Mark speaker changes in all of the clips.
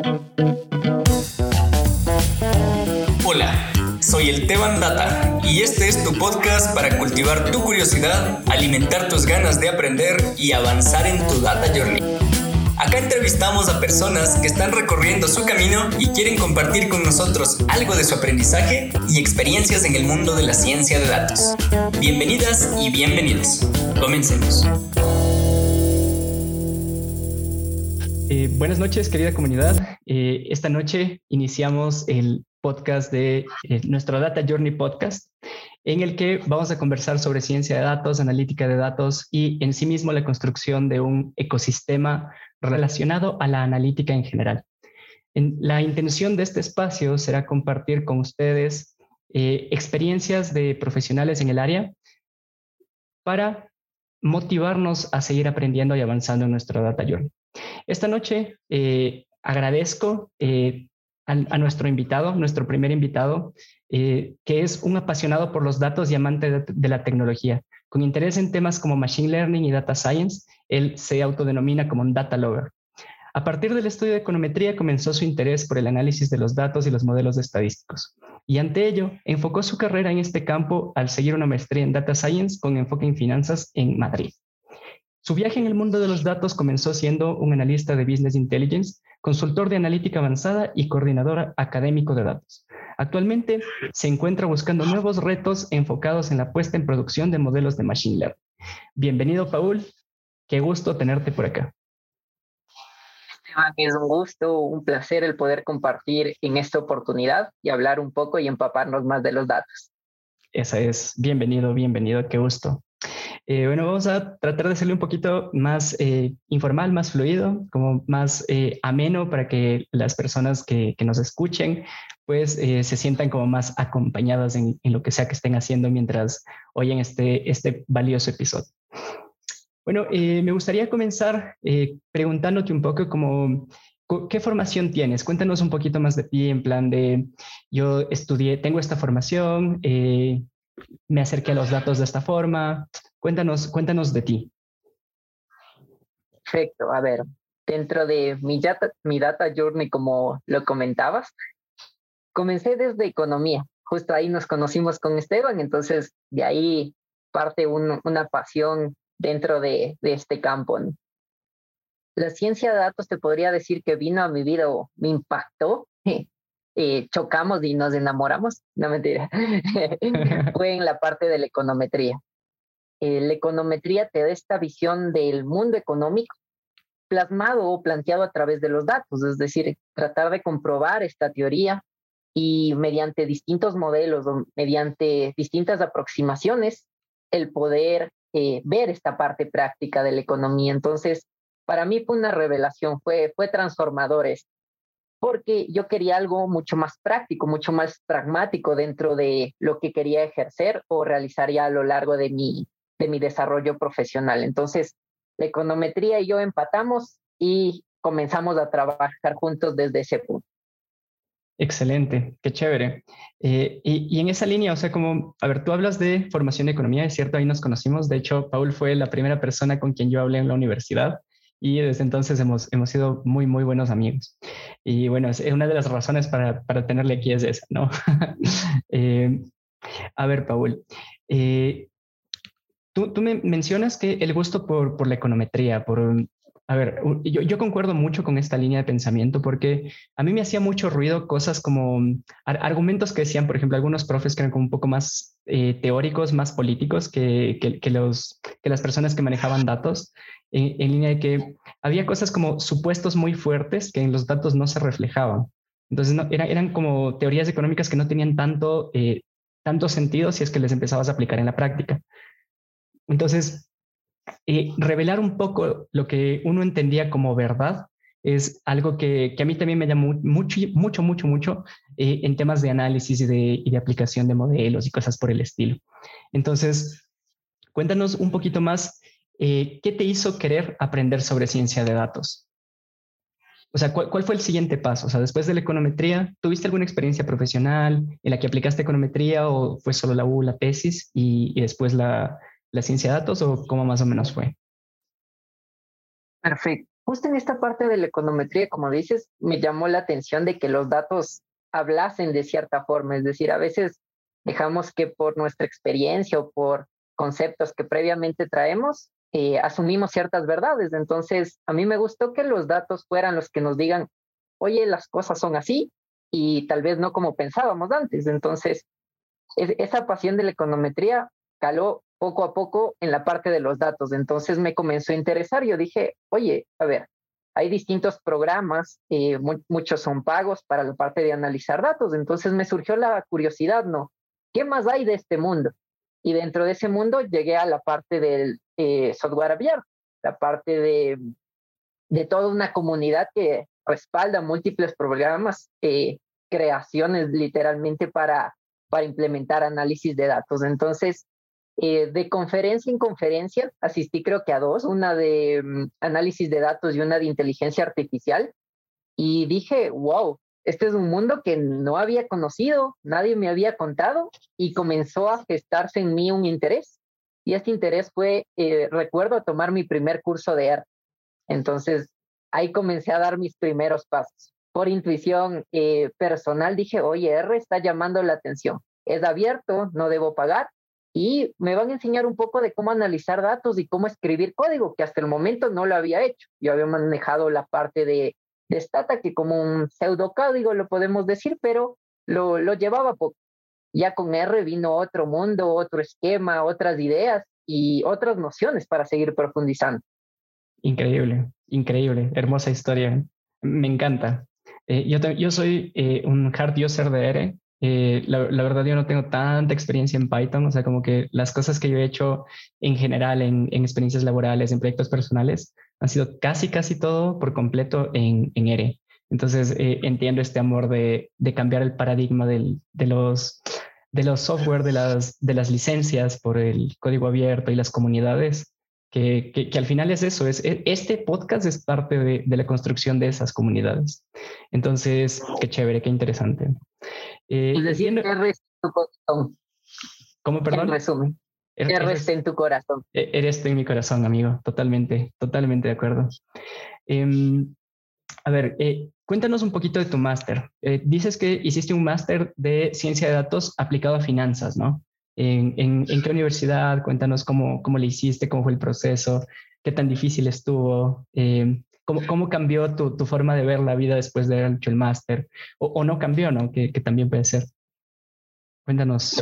Speaker 1: Hola, soy el Teban Data y este es tu podcast para cultivar tu curiosidad, alimentar tus ganas de aprender y avanzar en tu Data Journey. Acá entrevistamos a personas que están recorriendo su camino y quieren compartir con nosotros algo de su aprendizaje y experiencias en el mundo de la ciencia de datos. Bienvenidas y bienvenidos. Comencemos.
Speaker 2: Buenas noches, querida comunidad. Esta noche iniciamos el podcast de nuestro Data Journey Podcast, en el que vamos a conversar sobre ciencia de datos, analítica de datos y en sí mismo la construcción de un ecosistema relacionado a la analítica en general. La intención de este espacio será compartir con ustedes experiencias de profesionales en el área para motivarnos a seguir aprendiendo y avanzando en nuestro Data Journey. Esta noche agradezco a nuestro invitado, nuestro primer invitado, que es un apasionado por los datos y amante de la tecnología. Con interés en temas como Machine Learning y Data Science, él se autodenomina como un Data Lover. A partir del estudio de econometría comenzó su interés por el análisis de los datos y los modelos estadísticos. Y ante ello, enfocó su carrera en este campo al seguir una maestría en Data Science con enfoque en finanzas en Madrid. Su viaje en el mundo de los datos comenzó siendo un analista de Business Intelligence, consultor de analítica avanzada y coordinador académico de datos. Actualmente se encuentra buscando nuevos retos enfocados en la puesta en producción de modelos de Machine Learning. Bienvenido, Paul. Qué gusto tenerte por acá.
Speaker 3: Esteban, es un gusto, un placer el poder compartir en esta oportunidad y hablar un poco y empaparnos más de los datos.
Speaker 2: Esa es. Bienvenido, qué gusto. Bueno, vamos a tratar de hacerle un poquito más informal, más fluido, como más ameno para que las personas que nos escuchen pues se sientan como más acompañadas en lo que sea que estén haciendo mientras oyen este valioso episodio. Bueno, me gustaría comenzar preguntándote un poco como ¿qué formación tienes? Cuéntanos un poquito más de ti, en plan de yo estudié, tengo esta formación, me acerqué a los datos de esta forma. Cuéntanos de ti.
Speaker 3: Perfecto. A ver, dentro de mi data Journey, como lo comentabas, comencé desde economía. Justo ahí nos conocimos con Esteban, entonces de ahí parte una pasión dentro de este campo, ¿no? La ciencia de datos te podría decir que vino a mi vida o me impactó. Chocamos y nos enamoramos. No, mentira. Fue en la parte de la econometría. La econometría te da esta visión del mundo económico plasmado o planteado a través de los datos, es decir, tratar de comprobar esta teoría y mediante distintos modelos o mediante distintas aproximaciones, el poder ver esta parte práctica de la economía. Entonces, para mí fue una revelación, fue transformador esto, porque yo quería algo mucho más práctico, mucho más pragmático dentro de lo que quería ejercer o realizar ya a lo largo de mi desarrollo profesional. Entonces, la econometría y yo empatamos y comenzamos a trabajar juntos desde ese punto.
Speaker 2: Excelente, qué chévere. Y en esa línea, o sea, como, a ver, tú hablas de formación de economía, es cierto, ahí nos conocimos. De hecho, Paul fue la primera persona con quien yo hablé en la universidad y desde entonces hemos sido muy, muy buenos amigos. Y bueno, es una de las razones para tenerle aquí es esa, ¿no? A ver, Paul, tú me mencionas que el gusto por la econometría, a ver, yo concuerdo mucho con esta línea de pensamiento porque a mí me hacía mucho ruido cosas como argumentos que decían, por ejemplo, algunos profes que eran como un poco más teóricos, más políticos que las personas que manejaban datos, en línea de que había cosas como supuestos muy fuertes que en los datos no se reflejaban. Entonces eran como teorías económicas que no tenían tanto sentido si es que les empezabas a aplicar en la práctica. Entonces, revelar un poco lo que uno entendía como verdad es algo que a mí también me llamó mucho en temas de análisis y de aplicación de modelos y cosas por el estilo. Entonces, cuéntanos un poquito más, ¿qué te hizo querer aprender sobre ciencia de datos? O sea, ¿cuál fue el siguiente paso? O sea, después de la econometría, ¿tuviste alguna experiencia profesional en la que aplicaste econometría o fue solo la tesis y después la ciencia de datos o cómo más o menos fue?
Speaker 3: Perfecto. justo en esta parte de la econometría, como dices, me llamó la atención de que los datos hablasen de cierta forma. Es decir, a veces dejamos que por nuestra experiencia o por conceptos que previamente traemos, asumimos ciertas verdades. Entonces, a mí me gustó que los datos fueran los que nos digan, oye, las cosas son así y tal vez no como pensábamos antes. Entonces, esa pasión de la econometría caló poco a poco en la parte de los datos. Entonces me comenzó a interesar. Yo dije, oye, a ver, hay distintos programas, muchos son pagos para la parte de analizar datos. Entonces me surgió la curiosidad, ¿no? ¿Qué más hay de este mundo? Y dentro de ese mundo llegué a la parte del software abierto, la parte de toda una comunidad que respalda múltiples programas, creaciones literalmente para implementar análisis de datos. Entonces, de conferencia en conferencia, asistí creo que a dos, una de análisis de datos y una de inteligencia artificial, y dije, wow, este es un mundo que no había conocido, nadie me había contado, y comenzó a gestarse en mí un interés. Y este interés fue, recuerdo, tomar mi primer curso de R. Entonces, ahí comencé a dar mis primeros pasos. Por intuición personal dije, oye, R está llamando la atención. Es abierto, no debo pagar, y me van a enseñar un poco de cómo analizar datos y cómo escribir código, que hasta el momento no lo había hecho. Yo había manejado la parte de Stata, que como un pseudocódigo lo podemos decir, pero lo llevaba poco. Ya con R vino otro mundo, otro esquema, otras ideas y otras nociones para seguir profundizando.
Speaker 2: Increíble, increíble, hermosa historia. Me encanta. Yo soy un hard user de R. La verdad yo no tengo tanta experiencia en Python, o sea, como que las cosas que yo he hecho en general en experiencias laborales, en proyectos personales, han sido casi todo por completo en R. Entonces entiendo este amor de cambiar el paradigma de los software, de las licencias por el código abierto y las comunidades, que al final es eso, este podcast es parte de la construcción de esas comunidades. Entonces, qué chévere, qué interesante.
Speaker 3: Es decir, R está en tu corazón.
Speaker 2: ¿Cómo, perdón?
Speaker 3: En resumen, R está en tu corazón.
Speaker 2: Eres tú en mi corazón, amigo, totalmente de acuerdo. A ver, cuéntanos un poquito de tu máster. Dices que hiciste un máster de ciencia de datos aplicado a finanzas, ¿no? ¿En qué universidad? Cuéntanos cómo le hiciste, cómo fue el proceso, qué tan difícil estuvo, cómo cambió tu forma de ver la vida después de haber hecho el máster, o no cambió, ¿no? Que también puede ser. Cuéntanos.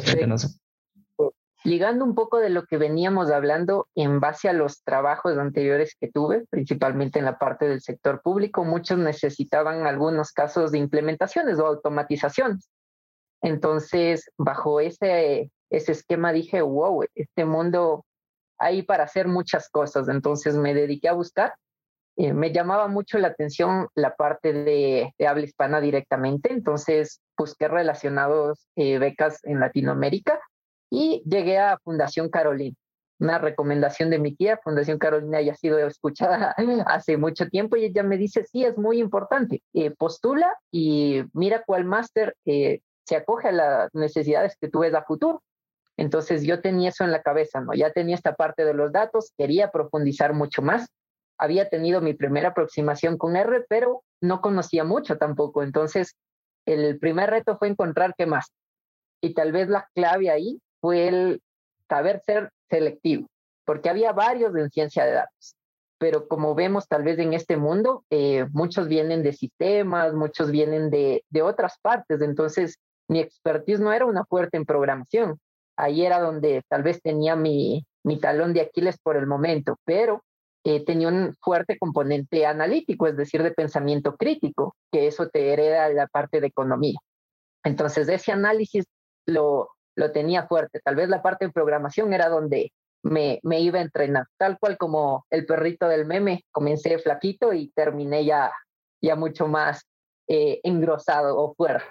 Speaker 3: Ligando un poco de lo que veníamos hablando en base a los trabajos anteriores que tuve, principalmente en la parte del sector público, muchos necesitaban algunos casos de implementaciones o automatizaciones. Entonces, bajo ese esquema dije, wow, este mundo hay para hacer muchas cosas. Entonces me dediqué a buscar. Me llamaba mucho la atención la parte de habla hispana directamente. Entonces busqué relacionados becas en Latinoamérica y llegué a Fundación Carolina. Una recomendación de mi tía, Fundación Carolina ya ha sido escuchada hace mucho tiempo, y ella me dice, sí, es muy importante, postula y mira cuál máster se acoge a las necesidades que tú ves a futuro. Entonces yo tenía eso en la cabeza, ¿no? Ya tenía esta parte de los datos, quería profundizar mucho más. Había tenido mi primera aproximación con R, pero no conocía mucho tampoco. Entonces el primer reto fue encontrar qué más. Y tal vez la clave ahí fue el saber ser selectivo, porque había varios en ciencia de datos. Pero como vemos tal vez en este mundo, muchos vienen de sistemas, muchos vienen de otras partes. Entonces mi expertise no era una fuerte en programación. Ahí era donde tal vez tenía mi talón de Aquiles por el momento, pero tenía un fuerte componente analítico, es decir, de pensamiento crítico, que eso te hereda la parte de economía. Entonces, ese análisis lo tenía fuerte. Tal vez la parte de programación era donde me iba a entrenar, tal cual como el perrito del meme. Comencé flaquito y terminé ya mucho más engrosado o fuerte.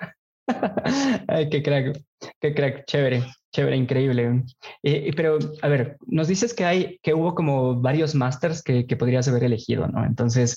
Speaker 2: Ay, qué crack, chévere, increíble. Pero, a ver, nos dices que hubo como varios másters que podrías haber elegido, ¿no? Entonces,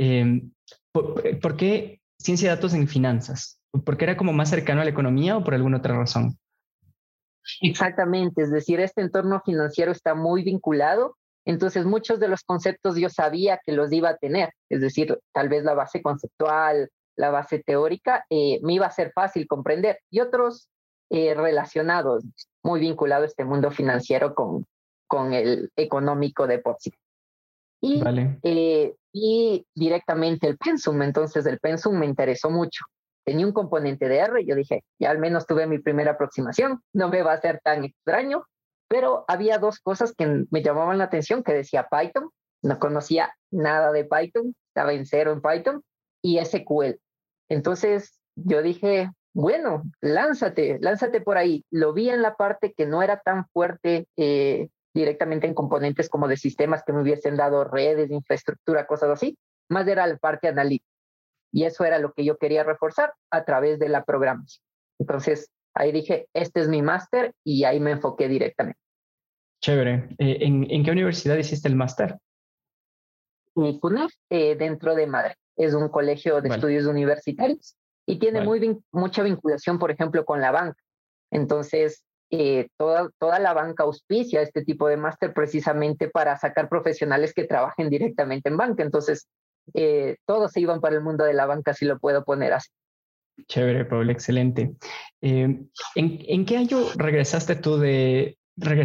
Speaker 2: ¿por qué ciencia de datos en finanzas? ¿Porque era como más cercano a la economía o por alguna otra razón?
Speaker 3: Exactamente, es decir, este entorno financiero está muy vinculado Entonces, muchos de los conceptos yo sabía que los iba a tener, es decir, tal vez la base conceptual, la base teórica, me iba a ser fácil comprender, y otros relacionados, muy vinculado a este mundo financiero con el económico de por sí.
Speaker 2: Vale.
Speaker 3: Y directamente el pensum, entonces el pensum me interesó mucho. Tenía un componente de R, yo dije, ya al menos tuve mi primera aproximación, no me va a ser tan extraño, pero había dos cosas que me llamaban la atención, que decía Python, no conocía nada de Python, estaba en cero en Python, y SQL. Entonces yo dije, bueno, lánzate por ahí. Lo vi en la parte que no era tan fuerte directamente en componentes como de sistemas que me hubiesen dado redes, infraestructura, cosas así, más era la parte analítica. Y eso era lo que yo quería reforzar a través de la programación. Entonces ahí dije, este es mi máster, y ahí me enfoqué directamente.
Speaker 2: Chévere. ¿En qué universidad hiciste el máster?
Speaker 3: Y CUNEF, dentro de Madrid. Es un colegio de estudios universitarios y tiene mucha vinculación, por ejemplo, con la banca. Entonces, toda la banca auspicia este tipo de máster precisamente para sacar profesionales que trabajen directamente en banca. Entonces, todos se iban para el mundo de la banca, si lo puedo poner así.
Speaker 2: Chévere, Pablo, excelente. ¿En qué año regresaste tú de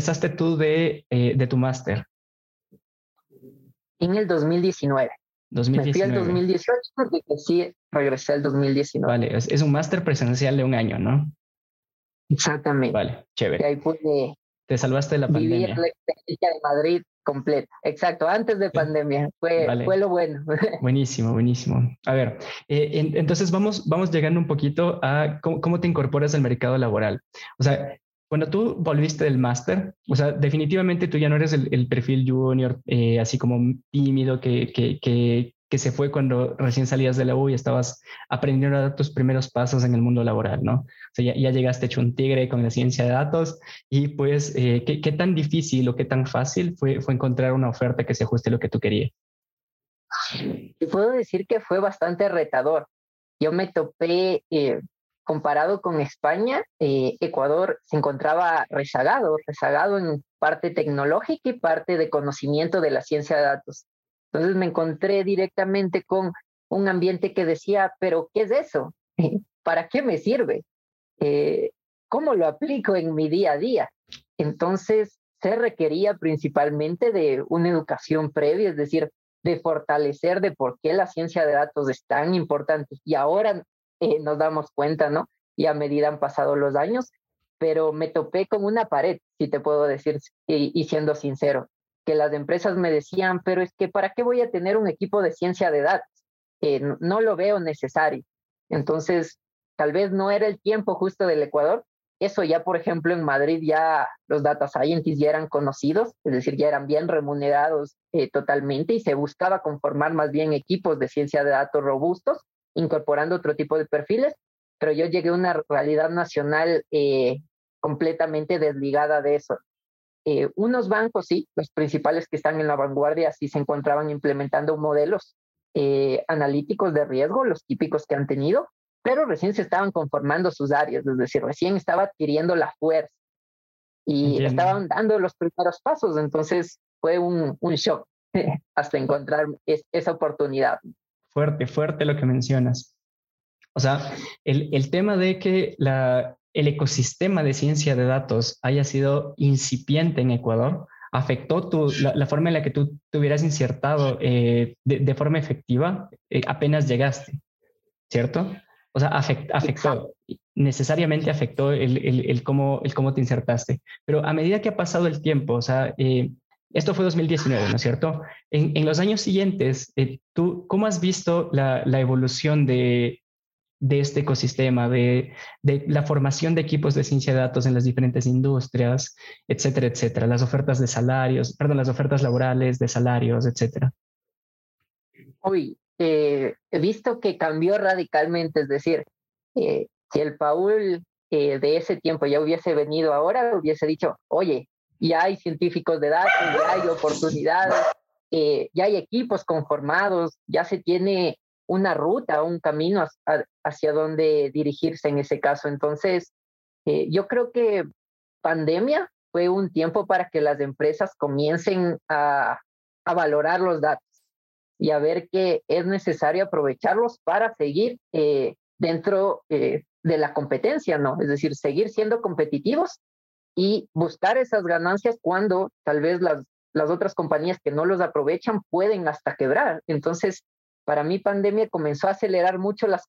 Speaker 2: tu máster?
Speaker 3: En el 2019.
Speaker 2: 2019.
Speaker 3: Me fui al 2018 porque sí regresé al 2019.
Speaker 2: Vale, es un máster presencial de un año, ¿no?
Speaker 3: Exactamente.
Speaker 2: Vale, chévere.
Speaker 3: Y ahí pude
Speaker 2: te salvaste de la
Speaker 3: vivir
Speaker 2: pandemia.
Speaker 3: la experiencia de Madrid completa. Exacto, antes de pandemia. Fue lo bueno.
Speaker 2: Buenísimo, buenísimo. A ver, entonces vamos llegando un poquito a cómo te incorporas al mercado laboral. O sea, cuando tú volviste del máster, o sea, definitivamente tú ya no eres el perfil junior, así como tímido que se fue cuando recién salías de la U y estabas aprendiendo a dar tus primeros pasos en el mundo laboral, ¿no? O sea, ya llegaste hecho un tigre con la ciencia de datos y pues, ¿qué tan difícil o qué tan fácil fue encontrar una oferta que se ajuste a lo que tú querías?
Speaker 3: Y puedo decir que fue bastante retador. Yo me topé, comparado con España, Ecuador se encontraba rezagado en parte tecnológica y parte de conocimiento de la ciencia de datos. Entonces me encontré directamente con un ambiente que decía, pero ¿qué es eso? ¿Para qué me sirve? ¿Cómo lo aplico en mi día a día? Entonces se requería principalmente de una educación previa, es decir, de fortalecer de por qué la ciencia de datos es tan importante. Y ahora nos damos cuenta, ¿no? Y a medida han pasado los años, pero me topé con una pared, si te puedo decir, y siendo sincero, que las empresas me decían, pero es que ¿para qué voy a tener un equipo de ciencia de datos? No lo veo necesario. Entonces, tal vez no era el tiempo justo del Ecuador. Eso ya, por ejemplo, en Madrid ya los data scientists ya eran conocidos, es decir, ya eran bien remunerados totalmente, y se buscaba conformar más bien equipos de ciencia de datos robustos, incorporando otro tipo de perfiles, pero yo llegué a una realidad nacional completamente desligada de eso. Unos bancos, sí, los principales que están en la vanguardia, sí se encontraban implementando modelos analíticos de riesgo, los típicos que han tenido, pero recién se estaban conformando sus áreas, es decir, recién estaba adquiriendo la fuerza y estaban dando los primeros pasos. Entonces fue un shock hasta encontrar esa oportunidad.
Speaker 2: Fuerte lo que mencionas. O sea, el tema de que el ecosistema de ciencia de datos haya sido incipiente en Ecuador afectó la forma en la que tú te hubieras insertado de forma efectiva apenas llegaste, ¿cierto? O sea, afectó, necesariamente afectó el cómo te insertaste. Pero a medida que ha pasado el tiempo, o sea, esto fue 2019, ¿no es cierto? En los años siguientes, ¿tú cómo has visto la evolución de este ecosistema, de la formación de equipos de ciencia de datos en las diferentes industrias, etcétera, etcétera, las ofertas de salarios, perdón, las ofertas laborales, de salarios, etcétera?
Speaker 3: He visto que cambió radicalmente, es decir, si el Paul de ese tiempo ya hubiese venido ahora, hubiese dicho, oye, ya hay científicos de datos, ya hay oportunidades, ya hay equipos conformados, ya se tiene una ruta, un camino hacia dónde dirigirse en ese caso. Entonces, yo creo que pandemia fue un tiempo para que las empresas comiencen a valorar los datos y a ver que es necesario aprovecharlos para seguir dentro de la competencia, ¿no? Es decir, seguir siendo competitivos y buscar esas ganancias cuando tal vez las otras compañías que no los aprovechan pueden hasta quebrar. Entonces, para mí, pandemia comenzó a acelerar mucho las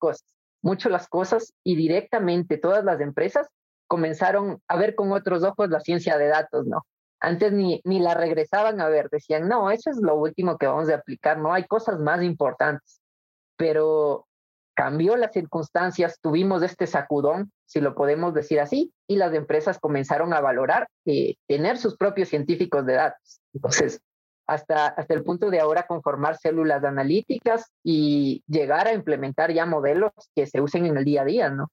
Speaker 3: cosas y directamente todas las empresas comenzaron a ver con otros ojos la ciencia de datos, ¿no? Antes ni la regresaban a ver, decían, no, eso es lo último que vamos a aplicar, no hay cosas más importantes. Pero cambió las circunstancias, tuvimos este sacudón, si lo podemos decir así, y las empresas comenzaron a valorar tener sus propios científicos de datos. Entonces, hasta el punto de ahora conformar células analíticas y llegar a implementar ya modelos que se usen en el día a día, ¿no?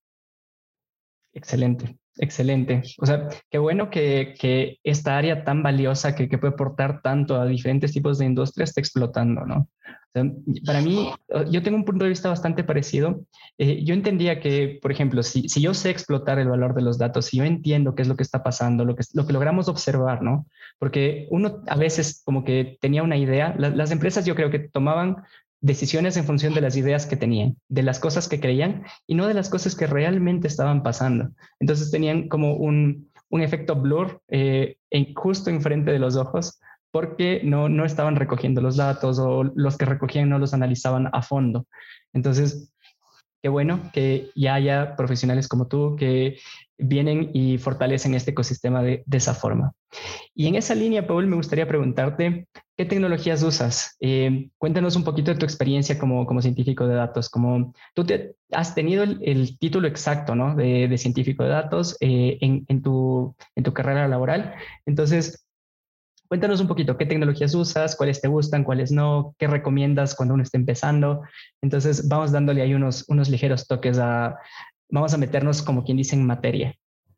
Speaker 2: Excelente, excelente. O sea, qué bueno que esta área tan valiosa que puede aportar tanto a diferentes tipos de industrias esté explotando, ¿no? O sea, para mí, yo tengo un punto de vista bastante parecido. Yo entendía que, por ejemplo, si yo sé explotar el valor de los datos, si yo entiendo qué es lo que está pasando, lo que logramos observar, ¿no? Porque uno a veces como que tenía una idea, las empresas yo creo que tomaban decisiones en función de las ideas que tenían, de las cosas que creían y no de las cosas que realmente estaban pasando. Entonces tenían como un efecto blur justo enfrente de los ojos porque no estaban recogiendo los datos o los que recogían no los analizaban a fondo. Entonces, qué bueno que ya haya profesionales como tú que vienen y fortalecen este ecosistema de esa forma. Y en esa línea, Paul, me gustaría preguntarte, ¿qué tecnologías usas? Cuéntanos un poquito de tu experiencia como científico de datos. Como tú has tenido el título exacto, ¿no? de científico de datos en tu carrera laboral. Entonces, cuéntanos un poquito, ¿qué tecnologías usas? ¿Cuáles te gustan? ¿Cuáles no? ¿Qué recomiendas cuando uno está empezando? Entonces, vamos dándole ahí unos ligeros toques vamos a meternos como quien dice en materia.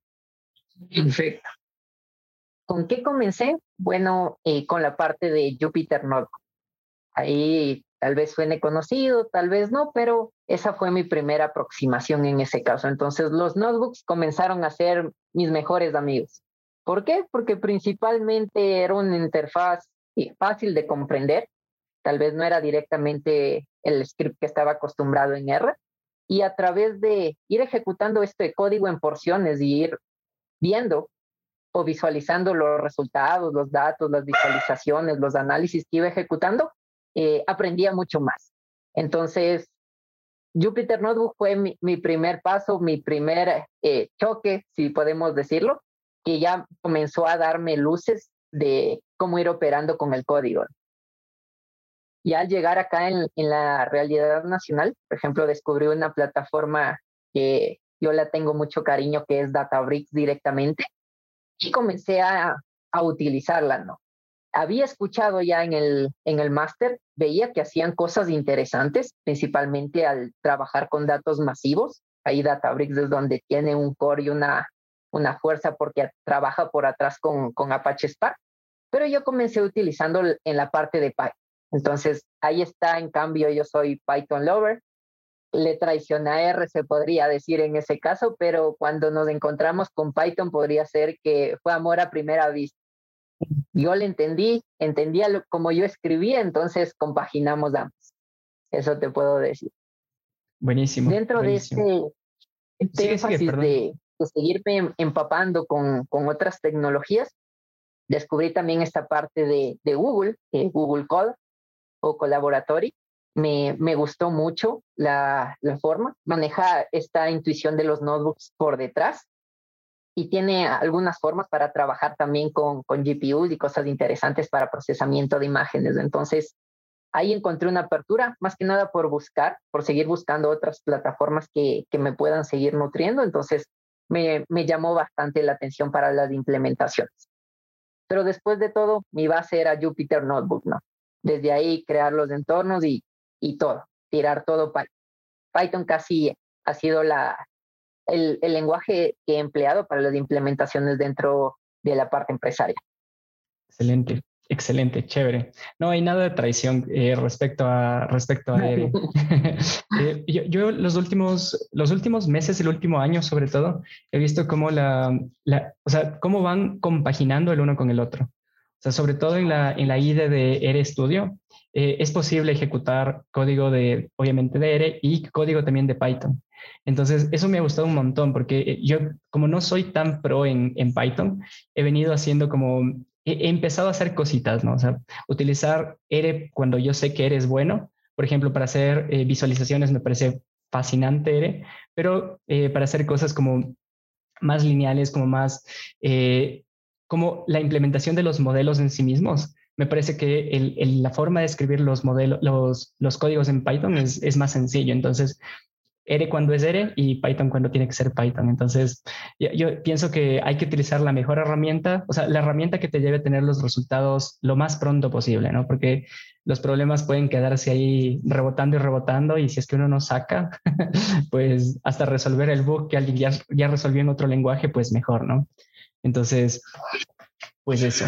Speaker 3: Perfecto. ¿Con qué comencé? Bueno, con la parte de Jupyter Notebook. Ahí tal vez suene conocido, tal vez no, pero esa fue mi primera aproximación en ese caso. Entonces, los notebooks comenzaron a ser mis mejores amigos. ¿Por qué? Porque principalmente era una interfaz fácil de comprender. Tal vez no era directamente el script que estaba acostumbrado en R. Y a través de ir ejecutando este código en porciones y ir viendo o visualizando los resultados, los datos, las visualizaciones, los análisis que iba ejecutando, aprendía mucho más. Entonces, Jupyter Notebook fue mi primer paso, mi primer choque, si podemos decirlo, que ya comenzó a darme luces de cómo ir operando con el código. Y al llegar acá en la realidad nacional, por ejemplo, descubrí una plataforma que yo la tengo mucho cariño, que es Databricks directamente, y comencé a utilizarla, ¿no? Había escuchado ya en el máster, veía que hacían cosas interesantes, principalmente al trabajar con datos masivos. Ahí Databricks es donde tiene un core y una fuerza porque trabaja por atrás con Apache Spark. Pero yo comencé utilizando en la parte de Python. Entonces, ahí está, en cambio, yo soy Python lover. Le traicioné a R, se podría decir en ese caso, pero cuando nos encontramos con Python podría ser que fue amor a primera vista. Yo le entendía como yo escribía, entonces compaginamos ambos. Eso te puedo decir.
Speaker 2: Buenísimo.
Speaker 3: Dentro
Speaker 2: buenísimo.
Speaker 3: de este énfasis de seguirme empapando con otras tecnologías, descubrí también esta parte de Google, Google Code o Colaboratory. Me gustó mucho la forma, maneja esta intuición de los notebooks por detrás y tiene algunas formas para trabajar también con GPUs y cosas interesantes para procesamiento de imágenes. Entonces, ahí encontré una apertura, más que nada por seguir buscando otras plataformas que me puedan seguir nutriendo. Entonces, me llamó bastante la atención para las implementaciones. Pero después de todo, mi base era Jupyter Notebook, ¿no? Desde ahí crear los entornos y todo, tirar todo Python. Python casi ha sido el lenguaje que he empleado para las implementaciones dentro de la parte empresarial.
Speaker 2: Excelente, Excelente, chévere. No hay nada de traición respecto a ERE. Yo los últimos meses, el último año sobre todo, he visto cómo o sea, cómo van compaginando el uno con el otro. O sea, sobre todo en la IDE de ERE Studio, es posible ejecutar código obviamente de ERE y código también de Python. Entonces, eso me ha gustado un montón porque yo, como no soy tan pro en Python, he venido haciendo he empezado a hacer cositas, ¿no? O sea, utilizar ERE cuando yo sé que ERE es bueno. Por ejemplo, para hacer visualizaciones me parece fascinante ERE, pero para hacer cosas como más lineales, como la implementación de los modelos en sí mismos. Me parece que la forma de escribir los modelos, los códigos en Python es más sencillo. Entonces, ERE cuando es ERE y Python cuando tiene que ser Python. Entonces, yo pienso que hay que utilizar la mejor herramienta, o sea, la herramienta que te lleve a tener los resultados lo más pronto posible, ¿no? Porque los problemas pueden quedarse ahí rebotando y rebotando y si es que uno no saca, pues hasta resolver el bug que alguien ya resolvió en otro lenguaje, pues mejor, ¿no? Entonces, pues eso.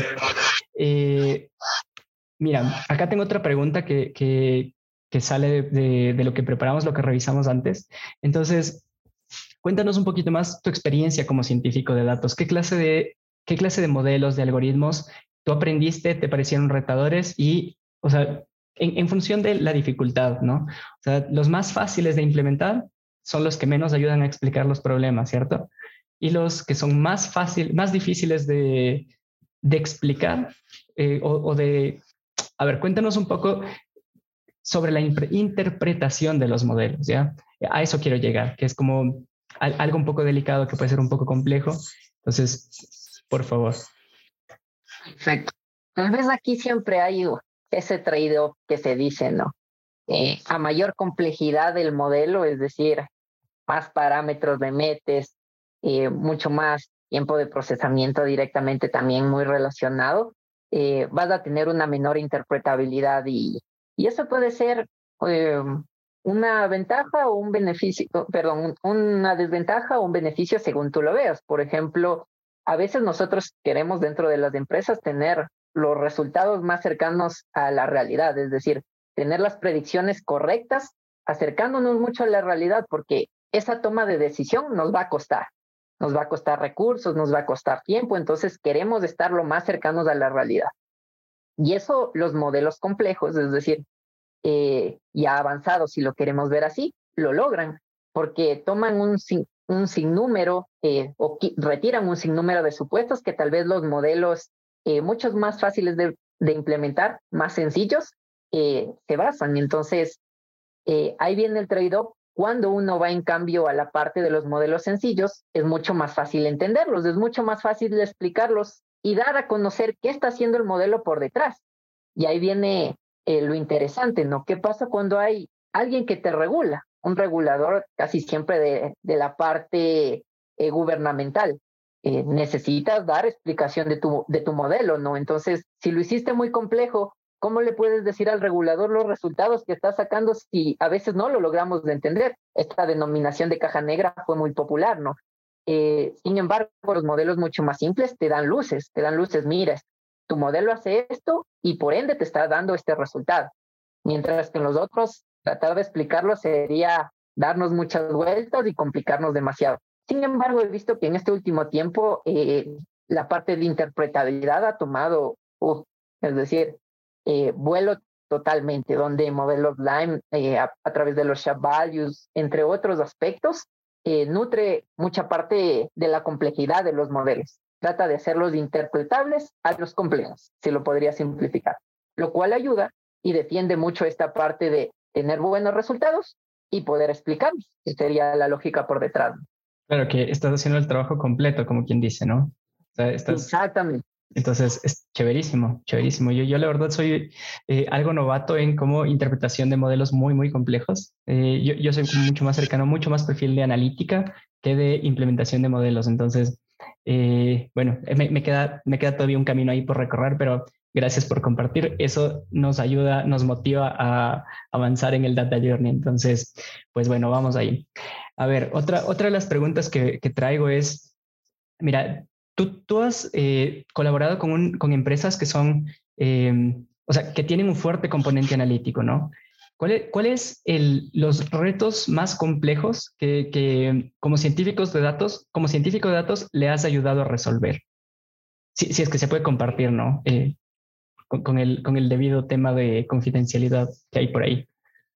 Speaker 2: Mira, acá tengo otra pregunta que sale de lo que preparamos, lo que revisamos antes. Entonces, cuéntanos un poquito más tu experiencia como científico de datos. ¿Qué clase de modelos, de algoritmos tú aprendiste, te parecieron retadores y, o sea, en función de la dificultad, ¿no? O sea, los más fáciles de implementar son los que menos ayudan a explicar los problemas, ¿cierto? Y los que son más difíciles de explicar a ver, cuéntanos un poco sobre la interpretación de los modelos, ¿ya? A eso quiero llegar, que es como algo un poco delicado, que puede ser un poco complejo. Entonces, por favor.
Speaker 3: Perfecto. Tal vez aquí siempre hay ese trade-off que se dice, ¿no? A mayor complejidad del modelo, es decir, más parámetros le metes, mucho más tiempo de procesamiento directamente también muy relacionado, vas a tener una menor interpretabilidad y eso puede ser una ventaja o un beneficio, perdón, una desventaja o un beneficio según tú lo veas. Por ejemplo, a veces nosotros queremos dentro de las empresas tener los resultados más cercanos a la realidad, es decir, tener las predicciones correctas, acercándonos mucho a la realidad, porque esa toma de decisión nos va a costar recursos, nos va a costar tiempo, entonces queremos estar lo más cercanos a la realidad. Y eso los modelos complejos, es decir, ya avanzados, si lo queremos ver así, lo logran, porque toman un sinnúmero o retiran un sinnúmero de supuestos que tal vez los modelos muchos más fáciles de implementar, más sencillos, se basan. Entonces, ahí viene el trade-off. Cuando uno va en cambio a la parte de los modelos sencillos, es mucho más fácil entenderlos, es mucho más fácil explicarlos y dar a conocer qué está haciendo el modelo por detrás. Y ahí viene lo interesante, ¿no? ¿Qué pasa cuando hay alguien que te regula? Un regulador casi siempre de la parte gubernamental. Necesitas dar explicación de tu modelo, ¿no? Entonces, si lo hiciste muy complejo, ¿cómo le puedes decir al regulador los resultados que está sacando si a veces no lo logramos de entender? Esta denominación de caja negra fue muy popular, ¿no? Sin embargo, los modelos mucho más simples te dan luces, mira, tu modelo hace esto y por ende te está dando este resultado. Mientras que en los otros, tratar de explicarlo sería darnos muchas vueltas y complicarnos demasiado. Sin embargo, he visto que en este último tiempo la parte de interpretabilidad ha tomado, es decir, vuelo totalmente, donde modelos Lime a través de los Shape Values, entre otros aspectos, nutre mucha parte de la complejidad de los modelos. Trata de hacerlos interpretables a los complejos, si lo podría simplificar, lo cual ayuda y defiende mucho esta parte de tener buenos resultados y poder explicarlos, que sería la lógica por detrás.
Speaker 2: Claro que estás haciendo el trabajo completo, como quien dice, ¿no? O sea,
Speaker 3: Exactamente.
Speaker 2: Entonces, es chéverísimo, chéverísimo. Yo la verdad soy algo novato en como interpretación de modelos muy, muy complejos. Yo soy mucho más cercano, mucho más perfil de analítica que de implementación de modelos. Entonces, bueno, me queda todavía un camino ahí por recorrer, pero gracias por compartir. Eso nos ayuda, nos motiva a avanzar en el Data Journey. Entonces, pues bueno, vamos ahí. A ver, otra de las preguntas que traigo es, mira, Tú has colaborado con empresas que son o sea, que tienen un fuerte componente analítico, ¿no? ¿Cuáles los retos más complejos que como científico de datos le has ayudado a resolver? Si es que se puede compartir, ¿no? Con el debido tema de confidencialidad que hay por ahí.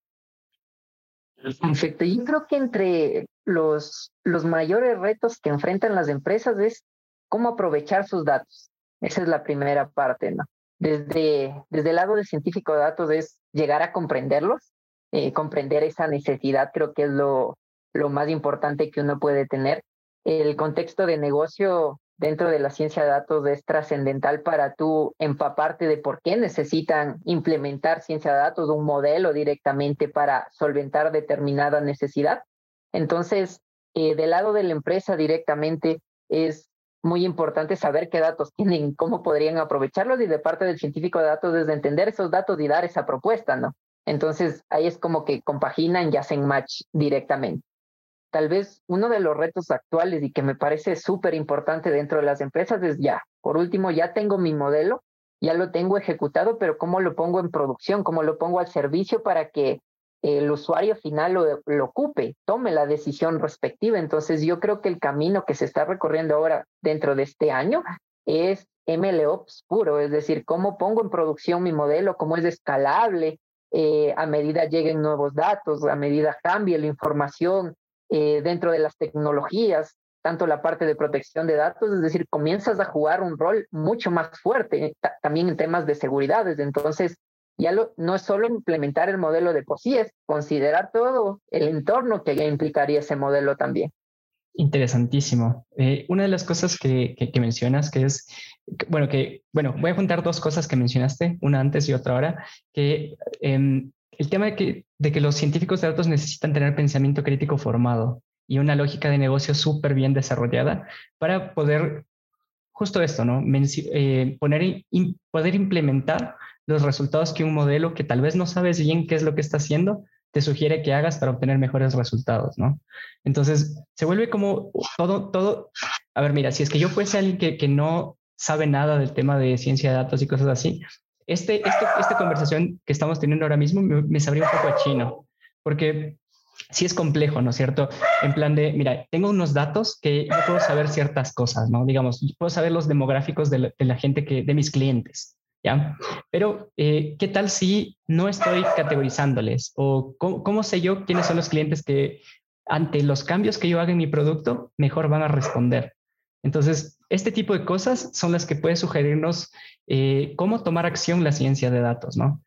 Speaker 3: Perfecto. Yo creo que entre los mayores retos que enfrentan las empresas es cómo aprovechar sus datos. Esa es la primera parte, ¿no? Desde el lado del científico de datos es llegar a comprenderlos, comprender esa necesidad, creo que es lo más importante que uno puede tener. El contexto de negocio dentro de la ciencia de datos es trascendental para tú empaparte de por qué necesitan implementar ciencia de datos, un modelo directamente para solventar determinada necesidad. Entonces, del lado de la empresa directamente es muy importante saber qué datos tienen, cómo podrían aprovecharlos, y de parte del científico de datos es de entender esos datos y dar esa propuesta, ¿no? Entonces, ahí es como que compaginan y hacen match directamente. Tal vez uno de los retos actuales y que me parece súper importante dentro de las empresas es por último, ya tengo mi modelo, ya lo tengo ejecutado, pero ¿cómo lo pongo en producción? ¿Cómo lo pongo al servicio para que el usuario final lo ocupe, tome la decisión respectiva? Entonces, yo creo que el camino que se está recorriendo ahora dentro de este año es MLOps puro, es decir, cómo pongo en producción mi modelo, cómo es escalable a medida lleguen nuevos datos, a medida cambie la información, dentro de las tecnologías, tanto la parte de protección de datos, es decir, comienzas a jugar un rol mucho más fuerte, también en temas de seguridad. Entonces, no es solo implementar el modelo de por sí, es considerar todo el entorno que implicaría ese modelo también.
Speaker 2: Interesantísimo. Una de las cosas que mencionas, voy a juntar dos cosas que mencionaste, una antes y otra ahora, que el tema de que los científicos de datos necesitan tener pensamiento crítico formado y una lógica de negocio súper bien desarrollada para poder, justo esto, ¿no? Poder implementar los resultados que un modelo que tal vez no sabes bien qué es lo que está haciendo, te sugiere que hagas para obtener mejores resultados, ¿no? Entonces, se vuelve como todo. A ver, mira, si es que yo fuese alguien que no sabe nada del tema de ciencia de datos y cosas así, esta conversación que estamos teniendo ahora mismo me sabría un poco a chino, porque sí es complejo, ¿no es cierto? En plan de, mira, tengo unos datos que yo puedo saber ciertas cosas, ¿no? Digamos, puedo saber los demográficos de la gente de mis clientes, ¿ya? Pero, ¿qué tal si no estoy categorizándoles? ¿O cómo sé yo quiénes son los clientes que ante los cambios que yo haga en mi producto, mejor van a responder? Entonces, este tipo de cosas son las que puede sugerirnos cómo tomar acción la ciencia de datos, ¿no?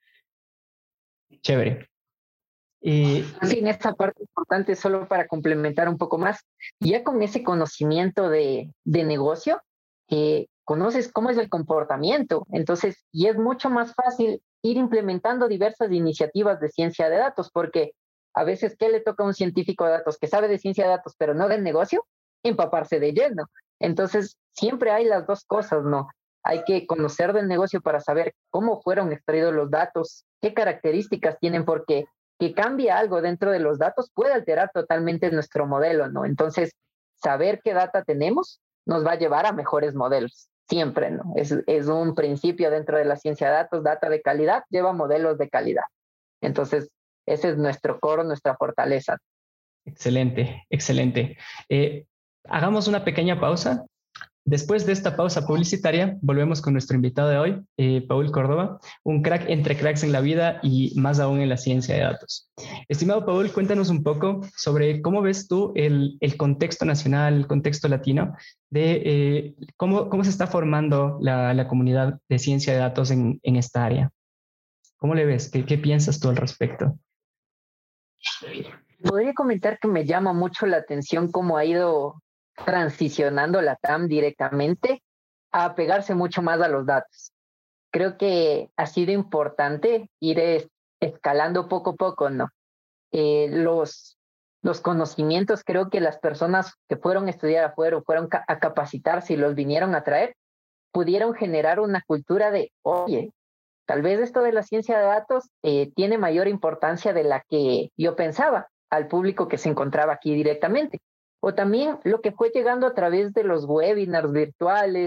Speaker 2: Chévere.
Speaker 3: Sí, en esta parte importante, solo para complementar un poco más, ya con ese conocimiento de negocio, conoces cómo es el comportamiento, entonces, y es mucho más fácil ir implementando diversas iniciativas de ciencia de datos, porque a veces, ¿qué le toca a un científico de datos que sabe de ciencia de datos, pero no del negocio? Empaparse de lleno. Entonces, siempre hay las dos cosas, ¿no? Hay que conocer del negocio para saber cómo fueron extraídos los datos, qué características tienen, porque que cambie algo dentro de los datos puede alterar totalmente nuestro modelo, ¿no? Entonces, saber qué data tenemos nos va a llevar a mejores modelos, siempre, ¿no? Es un principio dentro de la ciencia de datos, data de calidad lleva modelos de calidad. Entonces, ese es nuestro core, nuestra fortaleza.
Speaker 2: Excelente, excelente. Hagamos una pequeña pausa. Después de esta pausa publicitaria, volvemos con nuestro invitado de hoy, Paul Córdoba, un crack entre cracks en la vida y más aún en la ciencia de datos. Estimado Paul, cuéntanos un poco sobre cómo ves tú el contexto nacional, el contexto latino, de cómo se está formando la comunidad de ciencia de datos en esta área. ¿Cómo le ves? ¿Qué piensas tú al respecto?
Speaker 3: Podría comentar que me llama mucho la atención cómo ha ido transicionando la TAM directamente a pegarse mucho más a los datos. Creo que ha sido importante ir escalando poco a poco, ¿no? Los conocimientos, creo que las personas que fueron a estudiar afuera o fueron a capacitarse y los vinieron a traer, pudieron generar una cultura de, oye, tal vez esto de la ciencia de datos tiene mayor importancia de la que yo pensaba al público que se encontraba aquí directamente. O también lo que fue llegando a través de los webinars virtuales,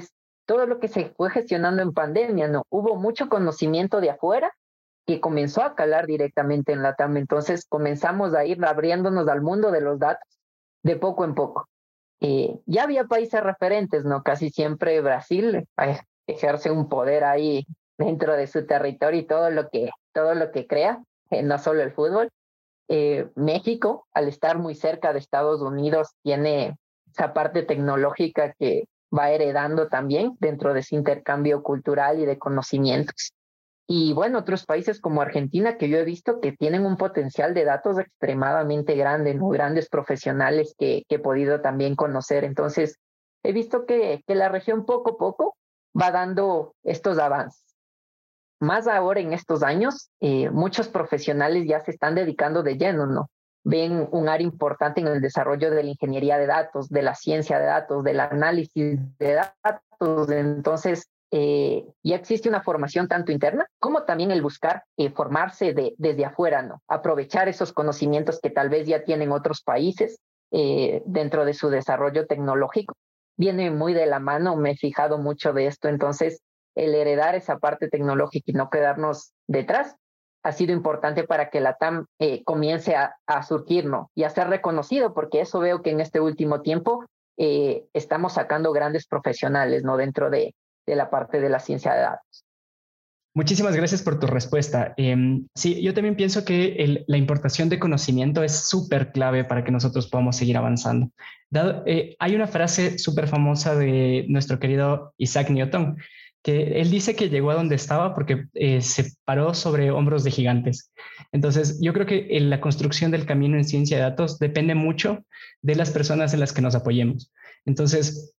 Speaker 3: todo lo que se fue gestionando en pandemia, ¿no? Hubo mucho conocimiento de afuera que comenzó a calar directamente en LATAM. Entonces comenzamos a ir abriéndonos al mundo de los datos de poco en poco. Ya había países referentes, ¿no? Casi siempre Brasil ejerce un poder ahí dentro de su territorio y todo lo que crea, no solo el fútbol. México, al estar muy cerca de Estados Unidos, tiene esa parte tecnológica que va heredando también dentro de ese intercambio cultural y de conocimientos. Y bueno, otros países como Argentina, que yo he visto que tienen un potencial de datos extremadamente grande, ¿no? Grandes profesionales que he podido también conocer. Entonces, he visto que la región poco a poco va dando estos avances. Más ahora en estos años, muchos profesionales ya se están dedicando de lleno, ¿no? Ven un área importante en el desarrollo de la ingeniería de datos, de la ciencia de datos, del análisis de datos. Entonces, ya existe una formación tanto interna como también el buscar formarse desde afuera, ¿no? Aprovechar esos conocimientos que tal vez ya tienen otros países dentro de su desarrollo tecnológico. Viene muy de la mano, me he fijado mucho de esto. Entonces, el heredar esa parte tecnológica y no quedarnos detrás ha sido importante para que la TAM comience a surgir, ¿no? Y a ser reconocido, porque eso veo que en este último tiempo estamos sacando grandes profesionales, ¿no? Dentro de la parte de la ciencia de datos.
Speaker 2: Muchísimas gracias por tu respuesta. Sí, yo también pienso que la importación de conocimiento es súper clave para que nosotros podamos seguir avanzando. Hay una frase súper famosa de nuestro querido Isaac Newton, que él dice que llegó a donde estaba porque se paró sobre hombros de gigantes. Entonces, yo creo que la construcción del camino en ciencia de datos depende mucho de las personas en las que nos apoyemos. Entonces,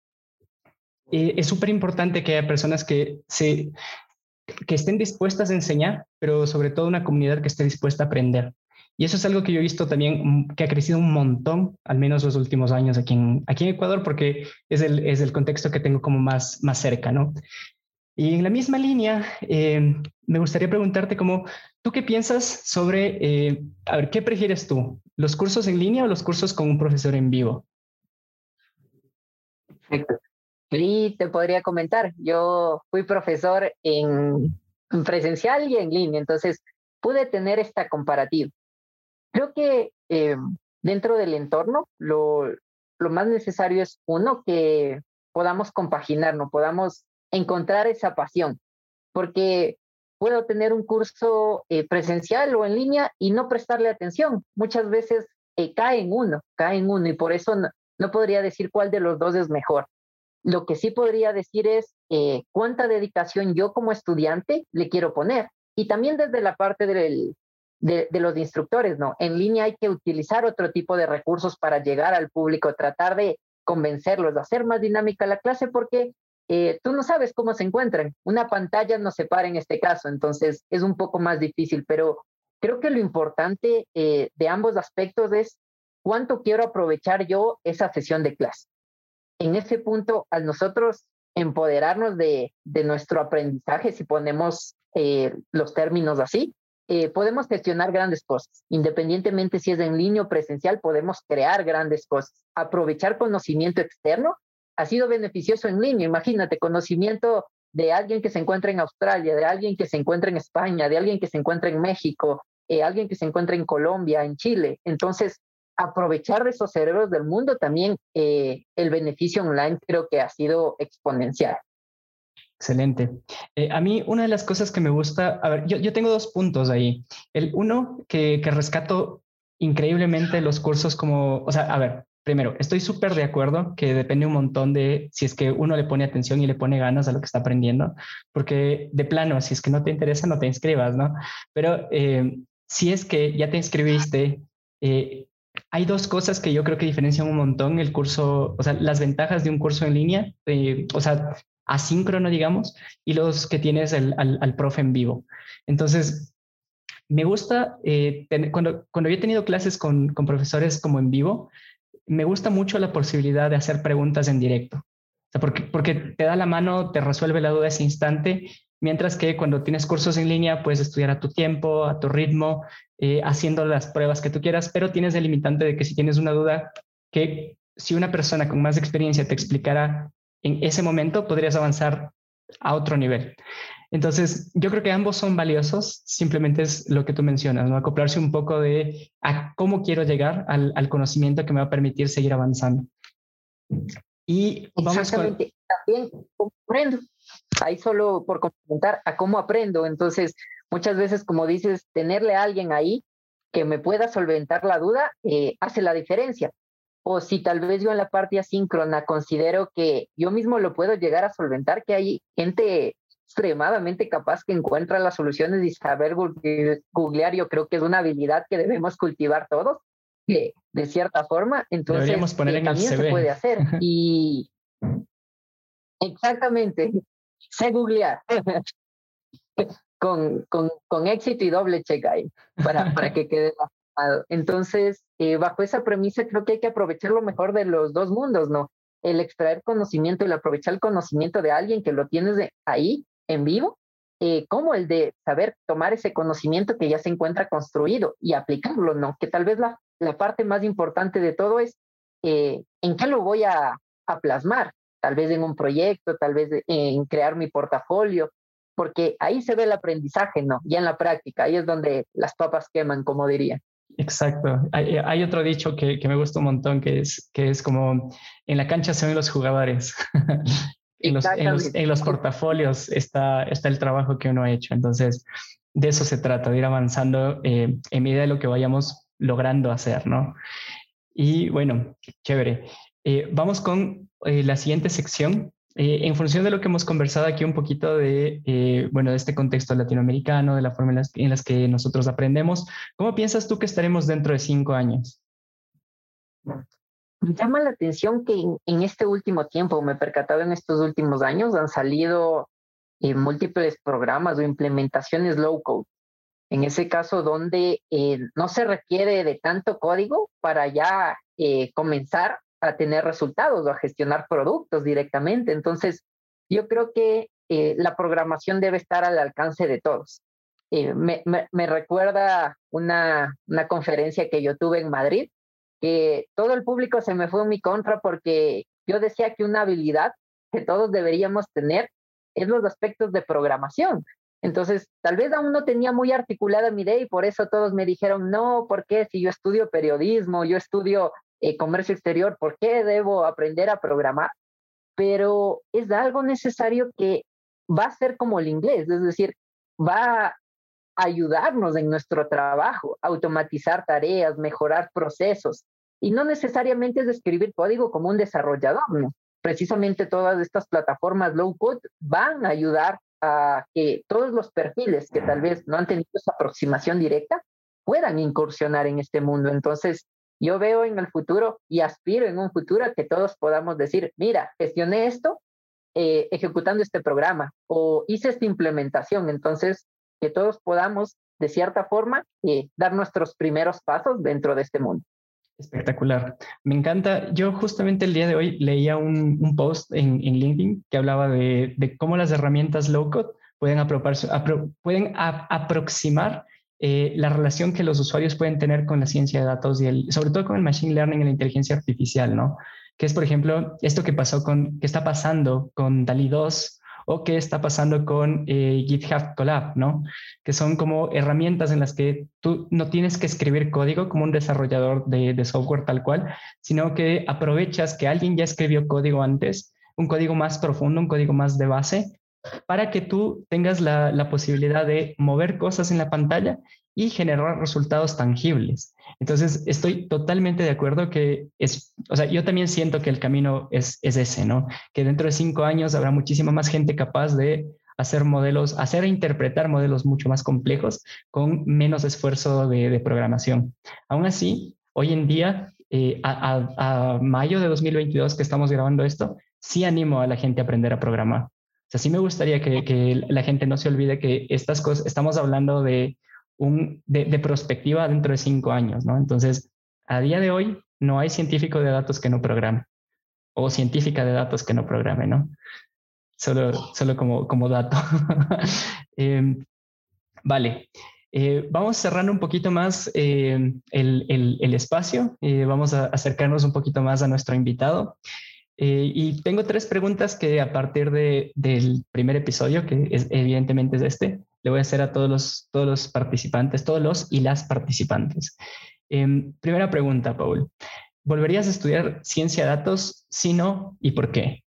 Speaker 2: es súper importante que haya personas que estén dispuestas a enseñar, pero sobre todo una comunidad que esté dispuesta a aprender. Y eso es algo que yo he visto también que ha crecido un montón, al menos los últimos años aquí en Ecuador, porque es el contexto que tengo como más cerca, ¿no? Y en la misma línea, me gustaría preguntarte ¿tú qué piensas sobre, a ver, qué prefieres tú? ¿Los cursos en línea o los cursos con un profesor en vivo?
Speaker 3: Perfecto. Sí, te podría comentar. Yo fui profesor en presencial y en línea, entonces pude tener esta comparativa. Creo que dentro del entorno lo más necesario es, uno, que podamos compaginar, no podamos encontrar esa pasión, porque puedo tener un curso presencial o en línea y no prestarle atención. Muchas veces cae en uno y por eso no podría decir cuál de los dos es mejor. Lo que sí podría decir es cuánta dedicación yo como estudiante le quiero poner. Y también desde la parte de los instructores, ¿no? En línea hay que utilizar otro tipo de recursos para llegar al público, tratar de convencerlos, de hacer más dinámica la clase, porque tú no sabes cómo se encuentran. Una pantalla nos separa en este caso, entonces es un poco más difícil, pero creo que lo importante de ambos aspectos es cuánto quiero aprovechar yo esa sesión de clase. En ese punto, al nosotros empoderarnos de nuestro aprendizaje, si ponemos los términos así, podemos gestionar grandes cosas. Independientemente si es en línea o presencial, podemos crear grandes cosas. Aprovechar conocimiento externo ha sido beneficioso en línea. Imagínate, conocimiento de alguien que se encuentra en Australia, de alguien que se encuentra en España, de alguien que se encuentra en México, alguien que se encuentra en Colombia, en Chile. Entonces, aprovechar de esos cerebros del mundo también, el beneficio online creo que ha sido exponencial.
Speaker 2: Excelente. A mí una de las cosas que me gusta, a ver, yo tengo dos puntos ahí. El uno, que rescato increíblemente los cursos como, o sea, a ver, primero, estoy súper de acuerdo que depende un montón de si es que uno le pone atención y le pone ganas a lo que está aprendiendo, porque de plano, si es que no te interesa, no te inscribas, ¿no? Pero si es que ya te inscribiste, hay dos cosas que yo creo que diferencian un montón el curso, o sea, las ventajas de un curso en línea, o sea, asíncrono, digamos, y los que tienes al profe en vivo. Entonces, me gusta, cuando yo he tenido clases con profesores como en vivo, me gusta mucho la posibilidad de hacer preguntas en directo. O sea, porque te da la mano, te resuelve la duda ese instante, mientras que cuando tienes cursos en línea puedes estudiar a tu tiempo, a tu ritmo, haciendo las pruebas que tú quieras, pero tienes el limitante de que si tienes una duda, que si una persona con más experiencia te explicara en ese momento podrías avanzar a otro nivel. Entonces, yo creo que ambos son valiosos, simplemente es lo que tú mencionas, ¿no? Acoplarse un poco de a cómo quiero llegar al conocimiento que me va a permitir seguir avanzando. Y vamos
Speaker 3: Exactamente. También comprendo. Ahí solo por complementar a cómo aprendo. Entonces, muchas veces, como dices, tenerle a alguien ahí que me pueda solventar la duda hace la diferencia. O si tal vez yo en la parte asíncrona considero que yo mismo lo puedo llegar a solventar, que hay gente extremadamente capaz que encuentra las soluciones y saber googlear, yo creo que es una habilidad que debemos cultivar todos, de cierta forma. Entonces,
Speaker 2: deberíamos poner en el
Speaker 3: también
Speaker 2: CV.
Speaker 3: se puede hacer. Y exactamente, sé googlear con éxito y doble check ahí para que quede bajado. Entonces, bajo esa premisa, creo que hay que aprovechar lo mejor de los dos mundos, ¿no? El extraer conocimiento, el aprovechar el conocimiento de alguien que lo tienes ahí en vivo, como el de saber tomar ese conocimiento que ya se encuentra construido y aplicarlo, ¿no? Que tal vez la parte más importante de todo es en qué lo voy a plasmar, tal vez en un proyecto, tal vez en crear mi portafolio, porque ahí se ve el aprendizaje, ¿no? Ya en la práctica, ahí es donde las papas queman, como diría.
Speaker 2: Exacto. Hay otro dicho que me gusta un montón, que es como en la cancha se ven los jugadores. En los portafolios está el trabajo que uno ha hecho. Entonces, de eso se trata, de ir avanzando en medida de lo que vayamos logrando hacer, ¿no? Y bueno, chévere. Vamos con la siguiente sección. En función de lo que hemos conversado aquí un poquito de, bueno, de este contexto latinoamericano, de la forma en las que nosotros aprendemos, ¿cómo piensas tú que estaremos dentro de 5 años?
Speaker 3: Me llama la atención que en este último tiempo, me he percatado en estos últimos años, han salido múltiples programas o implementaciones low code. En ese caso, donde no se requiere de tanto código para ya comenzar a tener resultados o a gestionar productos directamente. Entonces, yo creo que la programación debe estar al alcance de todos. Me recuerda una conferencia que yo tuve en Madrid, que todo el público se me fue en mi contra porque yo decía que una habilidad que todos deberíamos tener es los aspectos de programación. Entonces, tal vez aún no tenía muy articulada mi idea y por eso todos me dijeron, no, ¿por qué? Si yo estudio periodismo, yo estudio comercio exterior, ¿por qué debo aprender a programar? Pero es algo necesario que va a ser como el inglés, es decir, va a ayudarnos en nuestro trabajo, automatizar tareas, mejorar procesos. Y no necesariamente es escribir código como un desarrollador, ¿no? Precisamente todas estas plataformas low code van a ayudar a que todos los perfiles que tal vez no han tenido esa aproximación directa puedan incursionar en este mundo. Entonces, yo veo en el futuro y aspiro en un futuro a que todos podamos decir, mira, gestioné esto ejecutando este programa o hice esta implementación. Entonces, que todos podamos, de cierta forma, dar nuestros primeros pasos dentro de este mundo.
Speaker 2: Espectacular. Me encanta. Yo justamente el día de hoy leía un post en LinkedIn que hablaba de cómo las herramientas low-code pueden aproximar la relación que los usuarios pueden tener con la ciencia de datos y sobre todo con el machine learning y la inteligencia artificial, ¿no? Que es, por ejemplo, esto que está pasando con DALL-E 2 o qué está pasando con GitHub Collab, ¿no? Que son como herramientas en las que tú no tienes que escribir código como un desarrollador de software tal cual, sino que aprovechas que alguien ya escribió código antes, un código más profundo, un código más de base, para que tú tengas la posibilidad de mover cosas en la pantalla y generar resultados tangibles. Entonces, estoy totalmente de acuerdo que o sea, yo también siento que el camino es ese, ¿no? Que dentro de 5 años habrá muchísima más gente capaz de hacer e interpretar modelos mucho más complejos con menos esfuerzo de programación. Aún así, hoy en día, a mayo de 2022 que estamos grabando esto, sí animo a la gente a aprender a programar. O sea, sí me gustaría que la gente no se olvide que estas cosas, estamos hablando de perspectiva dentro de 5 años, ¿no? Entonces, a día de hoy no hay científico de datos que no programe o científica de datos que no programe, ¿no? Solo como dato. Vale. Vamos cerrando un poquito más el espacio. Vamos a acercarnos un poquito más a nuestro invitado. Y tengo 3 preguntas que a partir del primer episodio, que evidentemente es le voy a hacer a todos los participantes, todos los y las participantes. Primera pregunta, Paul. ¿Volverías a estudiar ciencia de datos? Si no, ¿y por qué?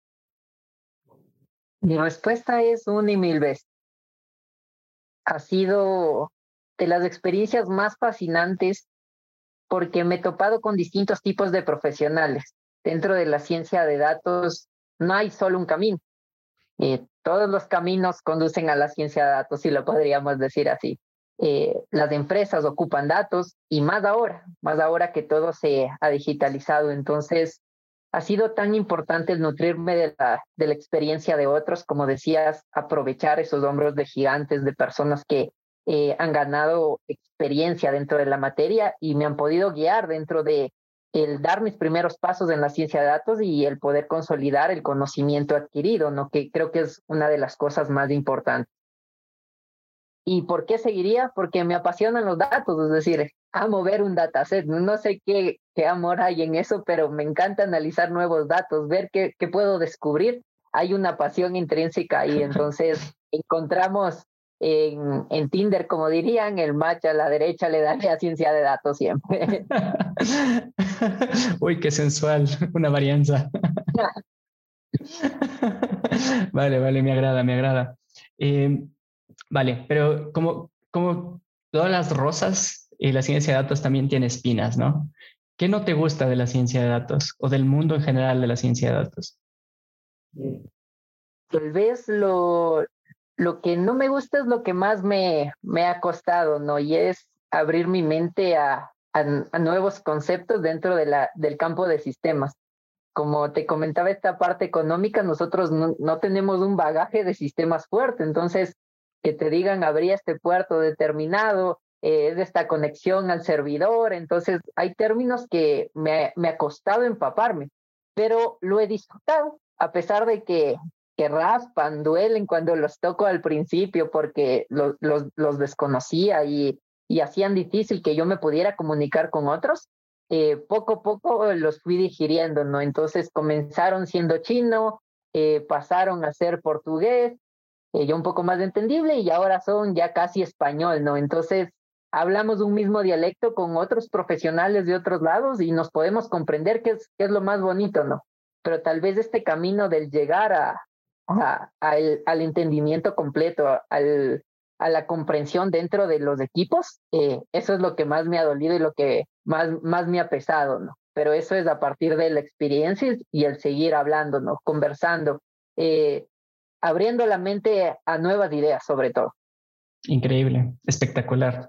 Speaker 3: Mi respuesta es una y mil veces. Ha sido de las experiencias más fascinantes porque me he topado con distintos tipos de profesionales. Dentro de la ciencia de datos no hay solo un camino. Todos los caminos conducen a la ciencia de datos, si lo podríamos decir así. Las empresas ocupan datos y más ahora que todo se ha digitalizado. Entonces, ha sido tan importante el nutrirme de la experiencia de otros, como decías, aprovechar esos hombros de gigantes, de personas que han ganado experiencia dentro de la materia y me han podido guiar dentro de el dar mis primeros pasos en la ciencia de datos y el poder consolidar el conocimiento adquirido, ¿no? Que creo que es una de las cosas más importantes. ¿Y por qué seguiría? Porque me apasionan los datos, es decir, amo ver un dataset. No sé qué amor hay en eso, pero me encanta analizar nuevos datos, ver qué puedo descubrir. Hay una pasión intrínseca ahí, entonces encontramos en Tinder, como dirían, el match a la derecha le da a ciencia de datos siempre.
Speaker 2: Uy, qué sensual, una varianza. Vale, me agrada. Vale, pero como todas las rosas, la ciencia de datos también tiene espinas, ¿no? ¿Qué no te gusta de la ciencia de datos o del mundo en general de la ciencia de datos?
Speaker 3: Tal vez lo que no me gusta es lo que más me ha costado, ¿no? Y es abrir mi mente a nuevos conceptos dentro del campo de sistemas. Como te comentaba, esta parte económica, nosotros no tenemos un bagaje de sistemas fuerte, entonces que te digan abría este puerto determinado, es esta conexión al servidor, entonces hay términos que me ha costado empaparme, pero lo he disfrutado, a pesar de que raspan, duelen cuando los toco al principio porque los desconocía y hacían difícil que yo me pudiera comunicar con otros. Poco a poco los fui digiriendo, ¿no? Entonces comenzaron siendo chino, pasaron a ser portugués, ya un poco más entendible y ahora son ya casi español, ¿no? Entonces hablamos un mismo dialecto con otros profesionales de otros lados y nos podemos comprender qué es lo más bonito, ¿no? Pero tal vez este camino del llegar al entendimiento completo, a la comprensión dentro de los equipos, eso es lo que más me ha dolido y lo que más me ha pesado, ¿no? Pero eso es a partir de la experiencia y el seguir hablando, ¿no? Conversando, abriendo la mente a nuevas ideas, sobre todo.
Speaker 2: Increíble, espectacular.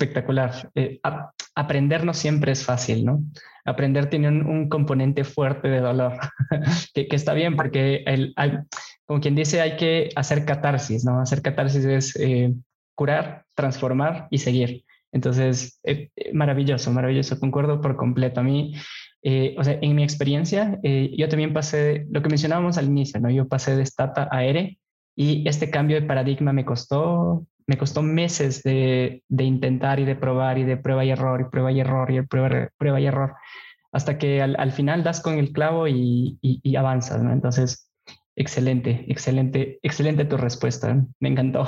Speaker 2: Aprender no siempre es fácil, ¿no? Aprender tiene un componente fuerte de dolor, que está bien porque como quien dice, hay que hacer catarsis, ¿no? Hacer catarsis es curar, transformar y seguir. Entonces, maravilloso, concuerdo por completo. A mí, o sea, en mi experiencia, yo también pasé, lo que mencionábamos al inicio, ¿no? Yo pasé de Stata a ERE y este cambio de paradigma me costó meses de intentar y de probar y de prueba y error y prueba y error y prueba y error, hasta que al final das con el clavo y avanzas, ¿no? Entonces, excelente tu respuesta, me encantó.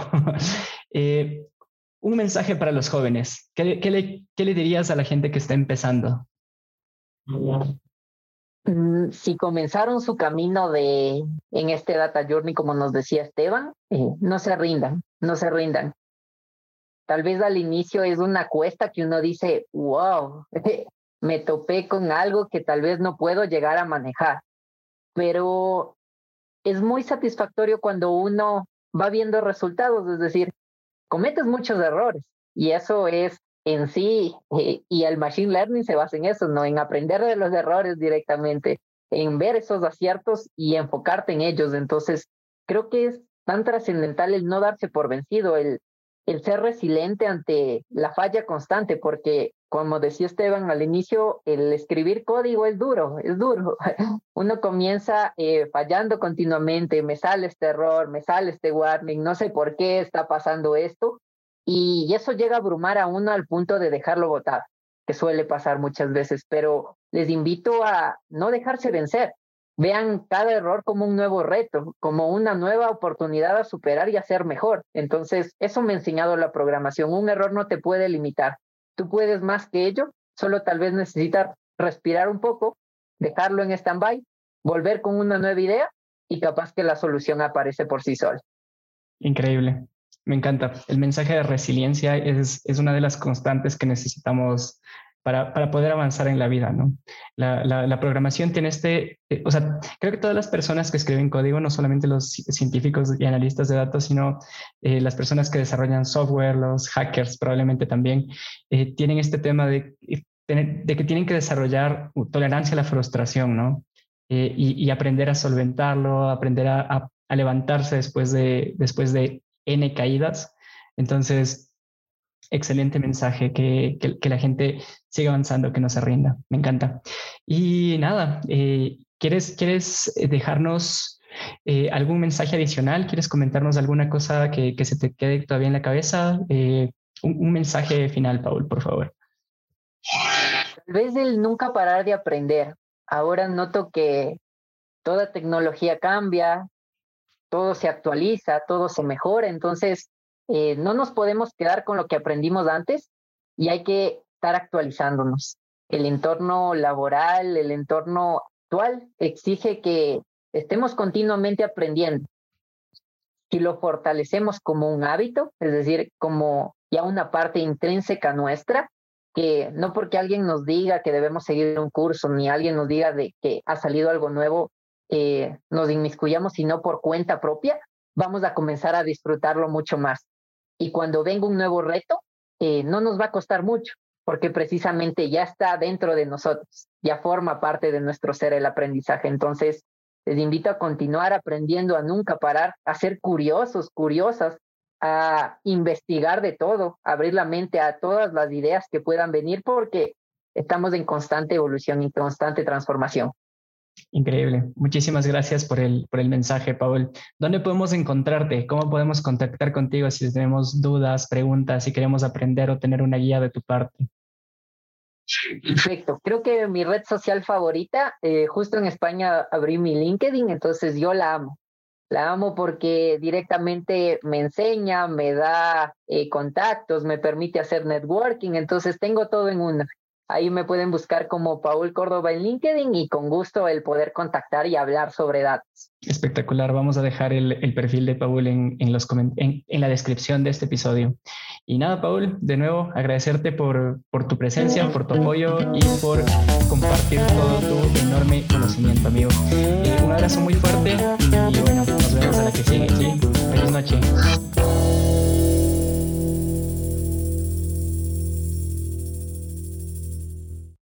Speaker 2: Un mensaje para los jóvenes, ¿qué le dirías a la gente que está empezando?
Speaker 3: Si comenzaron su camino en este Data Journey, como nos decía Esteban, no se rindan. Tal vez al inicio es una cuesta que uno dice, wow, me topé con algo que tal vez no puedo llegar a manejar, pero es muy satisfactorio cuando uno va viendo resultados, es decir, cometes muchos errores y eso es en sí, y el machine learning se basa en eso, ¿no? En aprender de los errores directamente, en ver esos aciertos y enfocarte en ellos. Entonces, creo que es tan trascendental el no darse por vencido, el ser resiliente ante la falla constante, porque como decía Esteban al inicio, el escribir código es duro. Uno comienza fallando continuamente, me sale este error, me sale este warning, no sé por qué está pasando esto, y eso llega a abrumar a uno al punto de dejarlo botar, que suele pasar muchas veces, pero les invito a no dejarse vencer, vean cada error como un nuevo reto, como una nueva oportunidad a superar y a ser mejor. Entonces, eso me ha enseñado la programación. Un error no te puede limitar. Tú puedes más que ello, solo tal vez necesitas respirar un poco, dejarlo en stand-by, volver con una nueva idea y capaz que la solución aparece por sí sola.
Speaker 2: Increíble. Me encanta. El mensaje de resiliencia es una de las constantes que necesitamos para poder avanzar en la vida, ¿no? La programación tiene o sea, creo que todas las personas que escriben código, no solamente los científicos y analistas de datos, sino las personas que desarrollan software, los hackers probablemente también, tienen este tema de que tienen que desarrollar tolerancia a la frustración, ¿no? Y aprender a solventarlo, aprender a levantarse después de N caídas. Entonces, excelente mensaje, que la gente siga avanzando, que no se rinda. Me encanta. Y nada, ¿quieres dejarnos algún mensaje adicional? ¿Quieres comentarnos alguna cosa que se te quede todavía en la cabeza? Un mensaje final, Paul, por favor.
Speaker 3: Tal vez el nunca parar de aprender. Ahora noto que toda tecnología cambia, todo se actualiza, todo se mejora, entonces no nos podemos quedar con lo que aprendimos antes y hay que estar actualizándonos. El entorno laboral, el entorno actual exige que estemos continuamente aprendiendo. Si lo fortalecemos como un hábito, es decir, como ya una parte intrínseca nuestra, que no porque alguien nos diga que debemos seguir un curso, ni alguien nos diga de que ha salido algo nuevo, nos inmiscuyamos, sino por cuenta propia, vamos a comenzar a disfrutarlo mucho más. Y cuando venga un nuevo reto, no nos va a costar mucho, porque precisamente ya está dentro de nosotros, ya forma parte de nuestro ser el aprendizaje. Entonces, les invito a continuar aprendiendo, a nunca parar, a ser curiosos, curiosas, a investigar de todo, a abrir la mente a todas las ideas que puedan venir, porque estamos en constante evolución y constante transformación.
Speaker 2: Increíble. Muchísimas gracias por el mensaje, Paul. ¿Dónde podemos encontrarte? ¿Cómo podemos contactar contigo si tenemos dudas, preguntas, si queremos aprender o tener una guía de tu parte?
Speaker 3: Perfecto. Creo que mi red social favorita, justo en España abrí mi LinkedIn, entonces yo la amo. La amo porque directamente me enseña, me da contactos, me permite hacer networking, entonces tengo todo en una. Ahí me pueden buscar como Paul Córdoba en LinkedIn y con gusto el poder contactar y hablar sobre datos.
Speaker 2: Espectacular. Vamos a dejar el perfil de Paul en la descripción de este episodio. Y nada, Paul, de nuevo agradecerte por tu presencia, por tu apoyo y por compartir todo tu enorme conocimiento, amigo. Un abrazo muy fuerte y bueno, nos vemos a la que sigue. ¿Sí? Feliz noche.